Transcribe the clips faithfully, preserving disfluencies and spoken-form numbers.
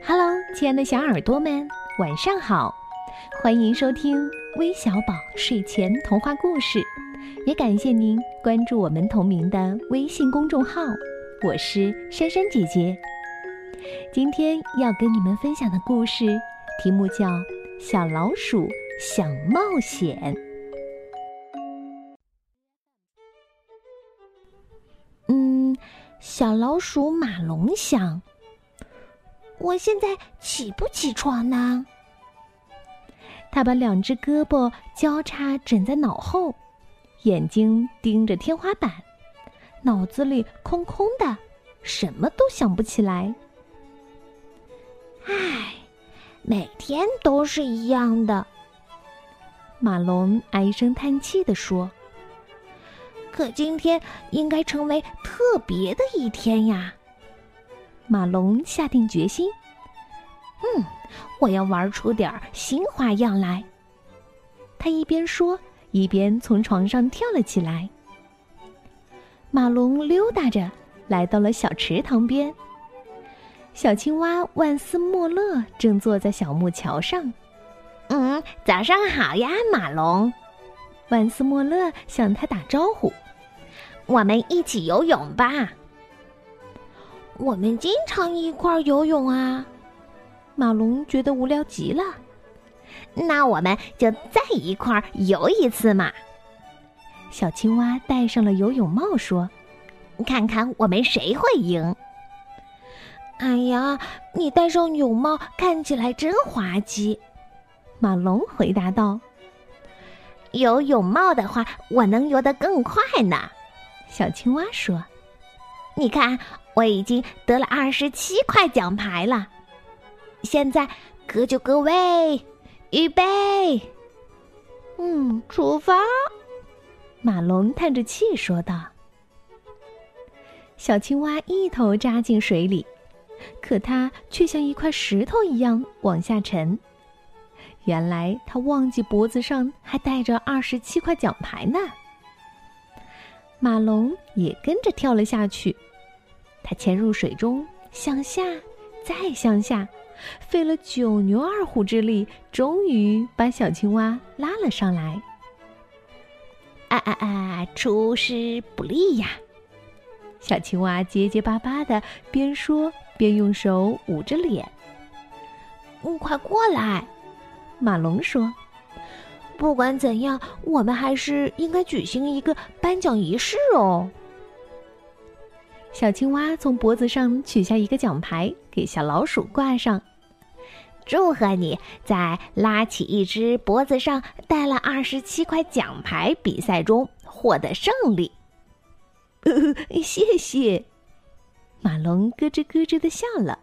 Hello， 亲爱的小耳朵们，晚上好！欢迎收听微小宝睡前童话故事，也感谢您关注我们同名的微信公众号。我是珊珊姐姐。今天要跟你们分享的故事题目叫《小老鼠想冒险》。嗯，小老鼠马龙想， 我现在起不起床呢？ 他把两只胳膊交叉枕在脑后，眼睛盯着天花板，脑子里空空的，什么都想不起来。 唉，每天都是一样的。 马龙唉声叹气地说。 可今天应该成为特别的一天呀。 马龙下定决心， 嗯，我要玩出点新花样来。 他一边说，一边从床上跳了起来。马龙溜达着来到了小池塘边，小青蛙万斯莫勒正坐在小木桥上。 嗯，早上好呀，马龙。 万斯莫勒向他打招呼。 我们一起游泳吧。我们经常一块儿游泳啊。 马龙觉得无聊极了。 那我们就再一块儿游一次嘛。 小青蛙戴上了游泳帽说， 看看我们谁会赢。哎呀，你戴上泳帽看起来真滑稽。 马龙回答道。 有泳帽的话，我能游得更快呢。 小青蛙说。 你看，我已经得了二十七块奖牌了。现在各就各位，预备，嗯，出发。 马龙叹着气说道。小青蛙一头扎进水里，可它却像一块石头一样往下沉。原来它忘记脖子上还带着二十七块奖牌呢。马龙也跟着跳了下去，他潜入水中，向下，再向下，费了九牛二虎之力，终于把小青蛙拉了上来。 啊啊啊！出师不利呀！ 小青蛙结结巴巴的，边说边用手捂着脸。 嗯，快过来！ 马龙说。 不管怎样，我们还是应该举行一个颁奖仪式哦。 小青蛙从脖子上取下一个奖牌，给小老鼠挂上。 祝贺你在拉起一只脖子上带了二十七块奖牌比赛中获得胜利。 呃，谢谢。马龙咯吱咯吱地笑了。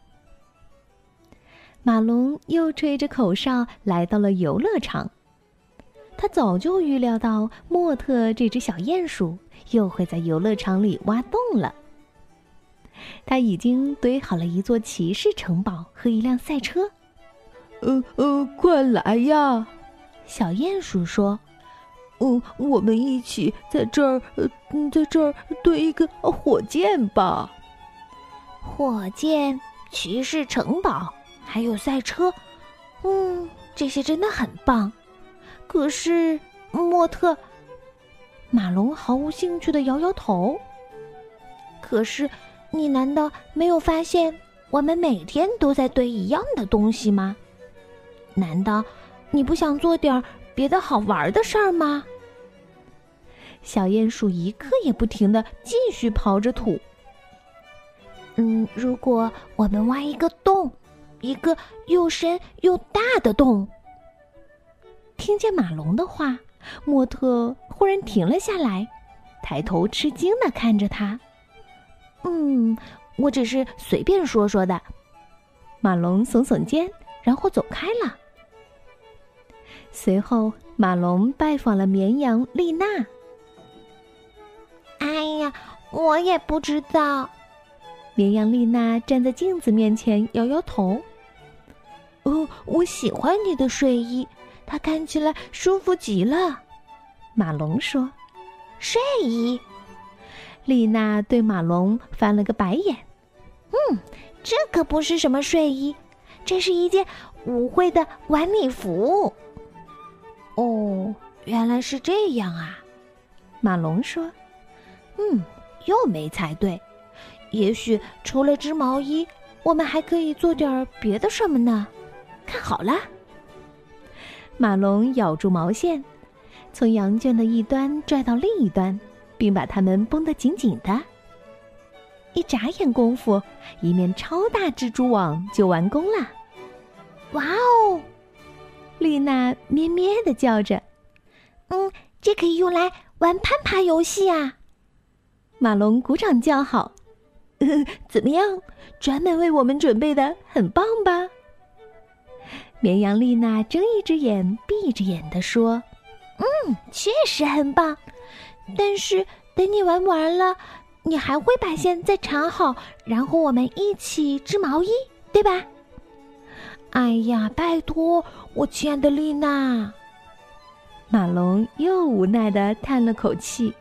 马龙又吹着口哨来到了游乐场。他早就预料到莫特这只小鼹鼠又会在游乐场里挖洞了。他已经堆好了一座骑士城堡和一辆赛车。 呃呃，快来呀！ 小鼹鼠说。 嗯，我们一起在这儿，呃，在这儿堆一个火箭吧。 火箭、骑士城堡，还有赛车，嗯，这些真的很棒。可是，莫特， 马龙毫无兴趣地摇摇头。 可是，你难道没有发现我们每天都在堆一样的东西吗？难道你不想做点别的好玩的事儿吗？ 小鼹鼠一刻也不停地继续刨着土。 嗯，如果我们挖一个洞，一个又深又大的洞。 听见马龙的话，莫特忽然停了下来，抬头吃惊地看着他。 嗯，我只是随便说说的。 马龙耸耸肩，然后走开了。随后，马龙拜访了绵羊丽娜。 哎呀，我也不知道。 绵羊丽娜站在镜子面前摇摇头。 哦，我喜欢你的睡衣，它看起来舒服极了。 马龙说。 睡衣？ 丽娜对马龙翻了个白眼。 嗯， 这可不是什么睡衣，这是一件舞会的晚礼服。哦，原来是这样啊。 马龙说：“ 嗯，又没猜对。也许除了织毛衣，我们还可以做点别的什么呢？看好了。” 马龙咬住毛线，从羊圈的一端拽到另一端，并把它们绷得紧紧的。一眨眼功夫，一面超大蜘蛛网就完工了。 哇哦！ 丽娜咩咩地叫着：“ 嗯，这可以用来玩攀爬游戏啊！” 马龙鼓掌叫好：“ 怎么样？专门为我们准备的，很棒吧？” 绵羊丽娜睁一只眼闭一只眼地说：“ 嗯，确实很棒。但是等你玩完了，你还会把线再缠好，然后我们一起织毛衣，对吧？”哎呀，拜托，我亲爱的丽娜。 马龙又无奈地叹了口气。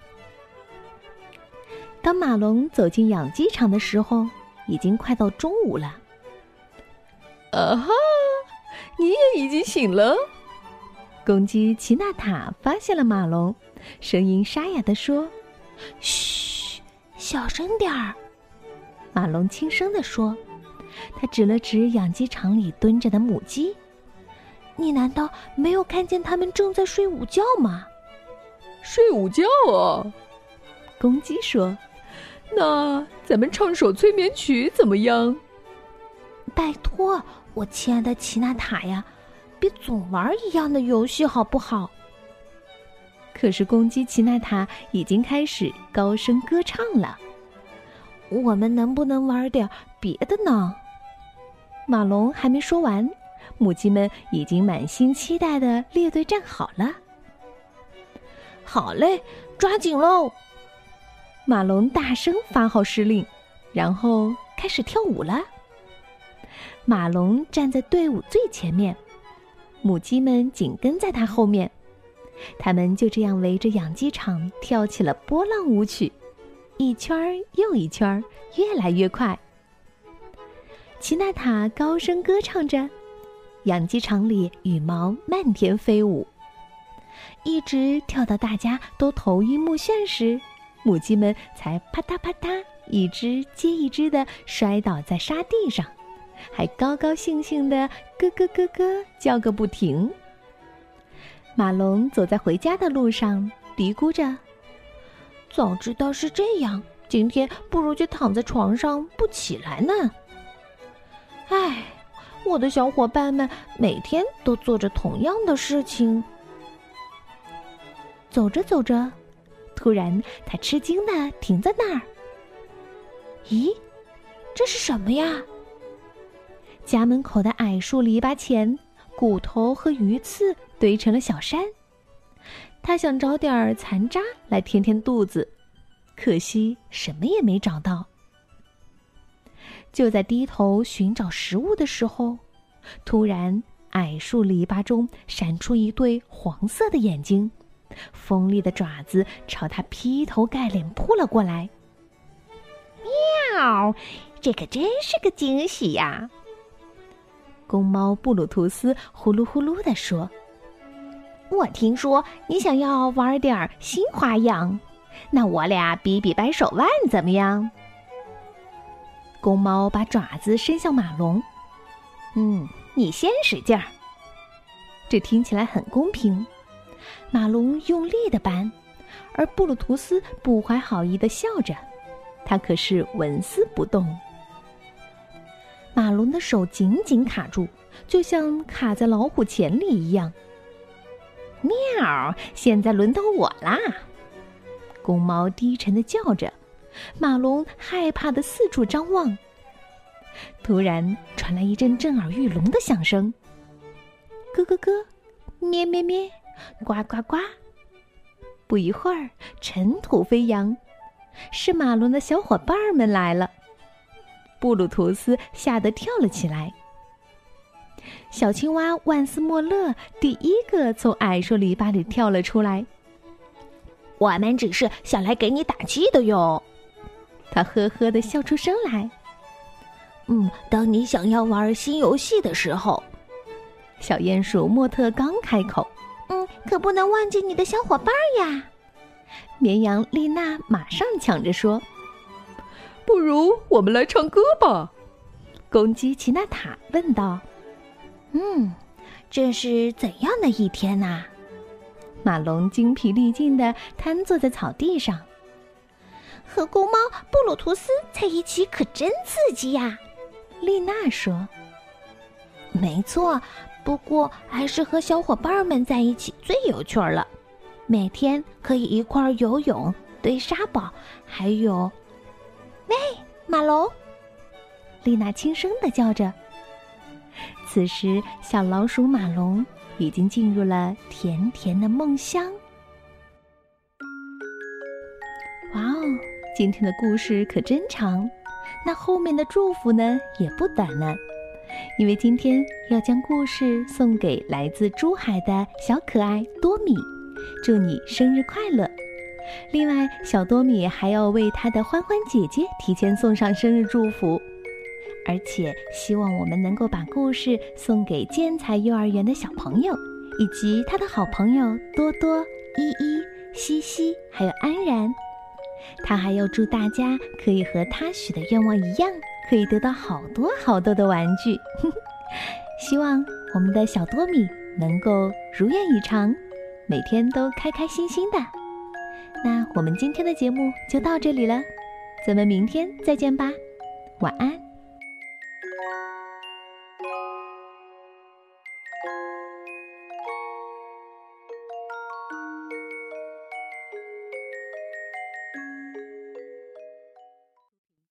当马龙走进养鸡场的时候，已经快到中午了。 啊哈，你也已经醒了。 公鸡齐纳塔发现了马龙，声音沙哑地说：“ 嘘，小声点儿。” 马龙轻声地说，他指了指养鸡场里蹲着的母鸡：“ 你难道没有看见它们正在睡午觉吗？”“ 睡午觉啊？” 公鸡说。 “那咱们唱首催眠曲怎么样？”“ 拜托，我亲爱的齐纳塔呀，别总玩一样的游戏好不好？” 可是公鸡齐纳塔已经开始高声歌唱了。 “我们能不能玩点别的呢？” 马龙还没说完，母鸡们已经满心期待地列队站好了。 “好嘞，抓紧喽！” 马龙大声发号施令，然后开始跳舞了。马龙站在队伍最前面，母鸡们紧跟在他后面，他们就这样围着养鸡场跳起了波浪舞曲，一圈儿又一圈儿，越来越快。齐纳塔高声歌唱着，养鸡场里羽毛漫天飞舞，一直跳到大家都头晕目眩时，母鸡们才啪嗒啪嗒，一只接一只地摔倒在沙地上，还高高兴兴地咯咯咯咯叫个不停。马龙走在回家的路上，嘀咕着：“ 早知道是这样，今天不如就躺在床上不起来呢。唉，我的小伙伴们每天都做着同样的事情。” 走着走着，突然他吃惊地停在那儿。 咦，这是什么呀？ 家门口的矮树篱笆前，骨头和鱼刺堆成了小山。他想找点残渣来填填肚子，可惜什么也没找到。就在低头寻找食物的时候，突然矮树篱笆中闪出一对黄色的眼睛，锋利的爪子朝他劈头盖脸扑了过来。 喵，这可真是个惊喜呀！ 公猫布鲁图斯呼噜呼噜地说：“ 我听说你想要玩点新花样，那我俩比比掰手腕怎么样？” 公猫把爪子伸向马龙：“ 嗯，你先使劲儿。” 这听起来很公平。马龙用力地扳，而布鲁图斯不怀好意地笑着，他可是纹丝不动。马龙的手紧紧卡住，就像卡在老虎钳里一样。 喵，现在轮到我啦！ 公猫低沉地叫着，马龙害怕地四处张望。突然传来一阵震耳欲聋的响声，咯咯咯，咩咩咩，呱呱呱。不一会儿，尘土飞扬，是马龙的小伙伴们来了。布鲁图斯吓得跳了起来。小青蛙万斯莫勒第一个从矮树篱笆里跳了出来。 我们只是想来给你打气的哟。 他呵呵地笑出声来。 嗯，当你想要玩新游戏的时候。 小鼹鼠莫特刚开口， 嗯，可不能忘记你的小伙伴呀。 绵羊丽娜马上抢着说， 不如我们来唱歌吧。 公鸡齐纳塔问道。 嗯，这是怎样的一天啊？ 马龙精疲力尽地瘫坐在草地上。 和公猫布鲁图斯在一起可真刺激呀， 丽娜说。 没错，不过还是和小伙伴们在一起最有趣了。每天可以一块儿游泳、堆沙堡，还有……喂，马龙！ 丽娜轻声地叫着。此时，小老鼠马龙已经进入了甜甜的梦乡。哇哦，今天的故事可真长，那后面的祝福呢也不短呢。因为今天要将故事送给来自珠海的小可爱多米，祝你生日快乐！另外，小多米还要为她的欢欢姐姐提前送上生日祝福，而且希望我们能够把故事送给建材幼儿园的小朋友，以及他的好朋友多多、依依、西西，还有安然。他还要祝大家可以和他许的愿望一样，可以得到好多好多的玩具。希望我们的小多米能够如愿以偿，每天都开开心心的。那我们今天的节目就到这里了，咱们明天再见吧，晚安。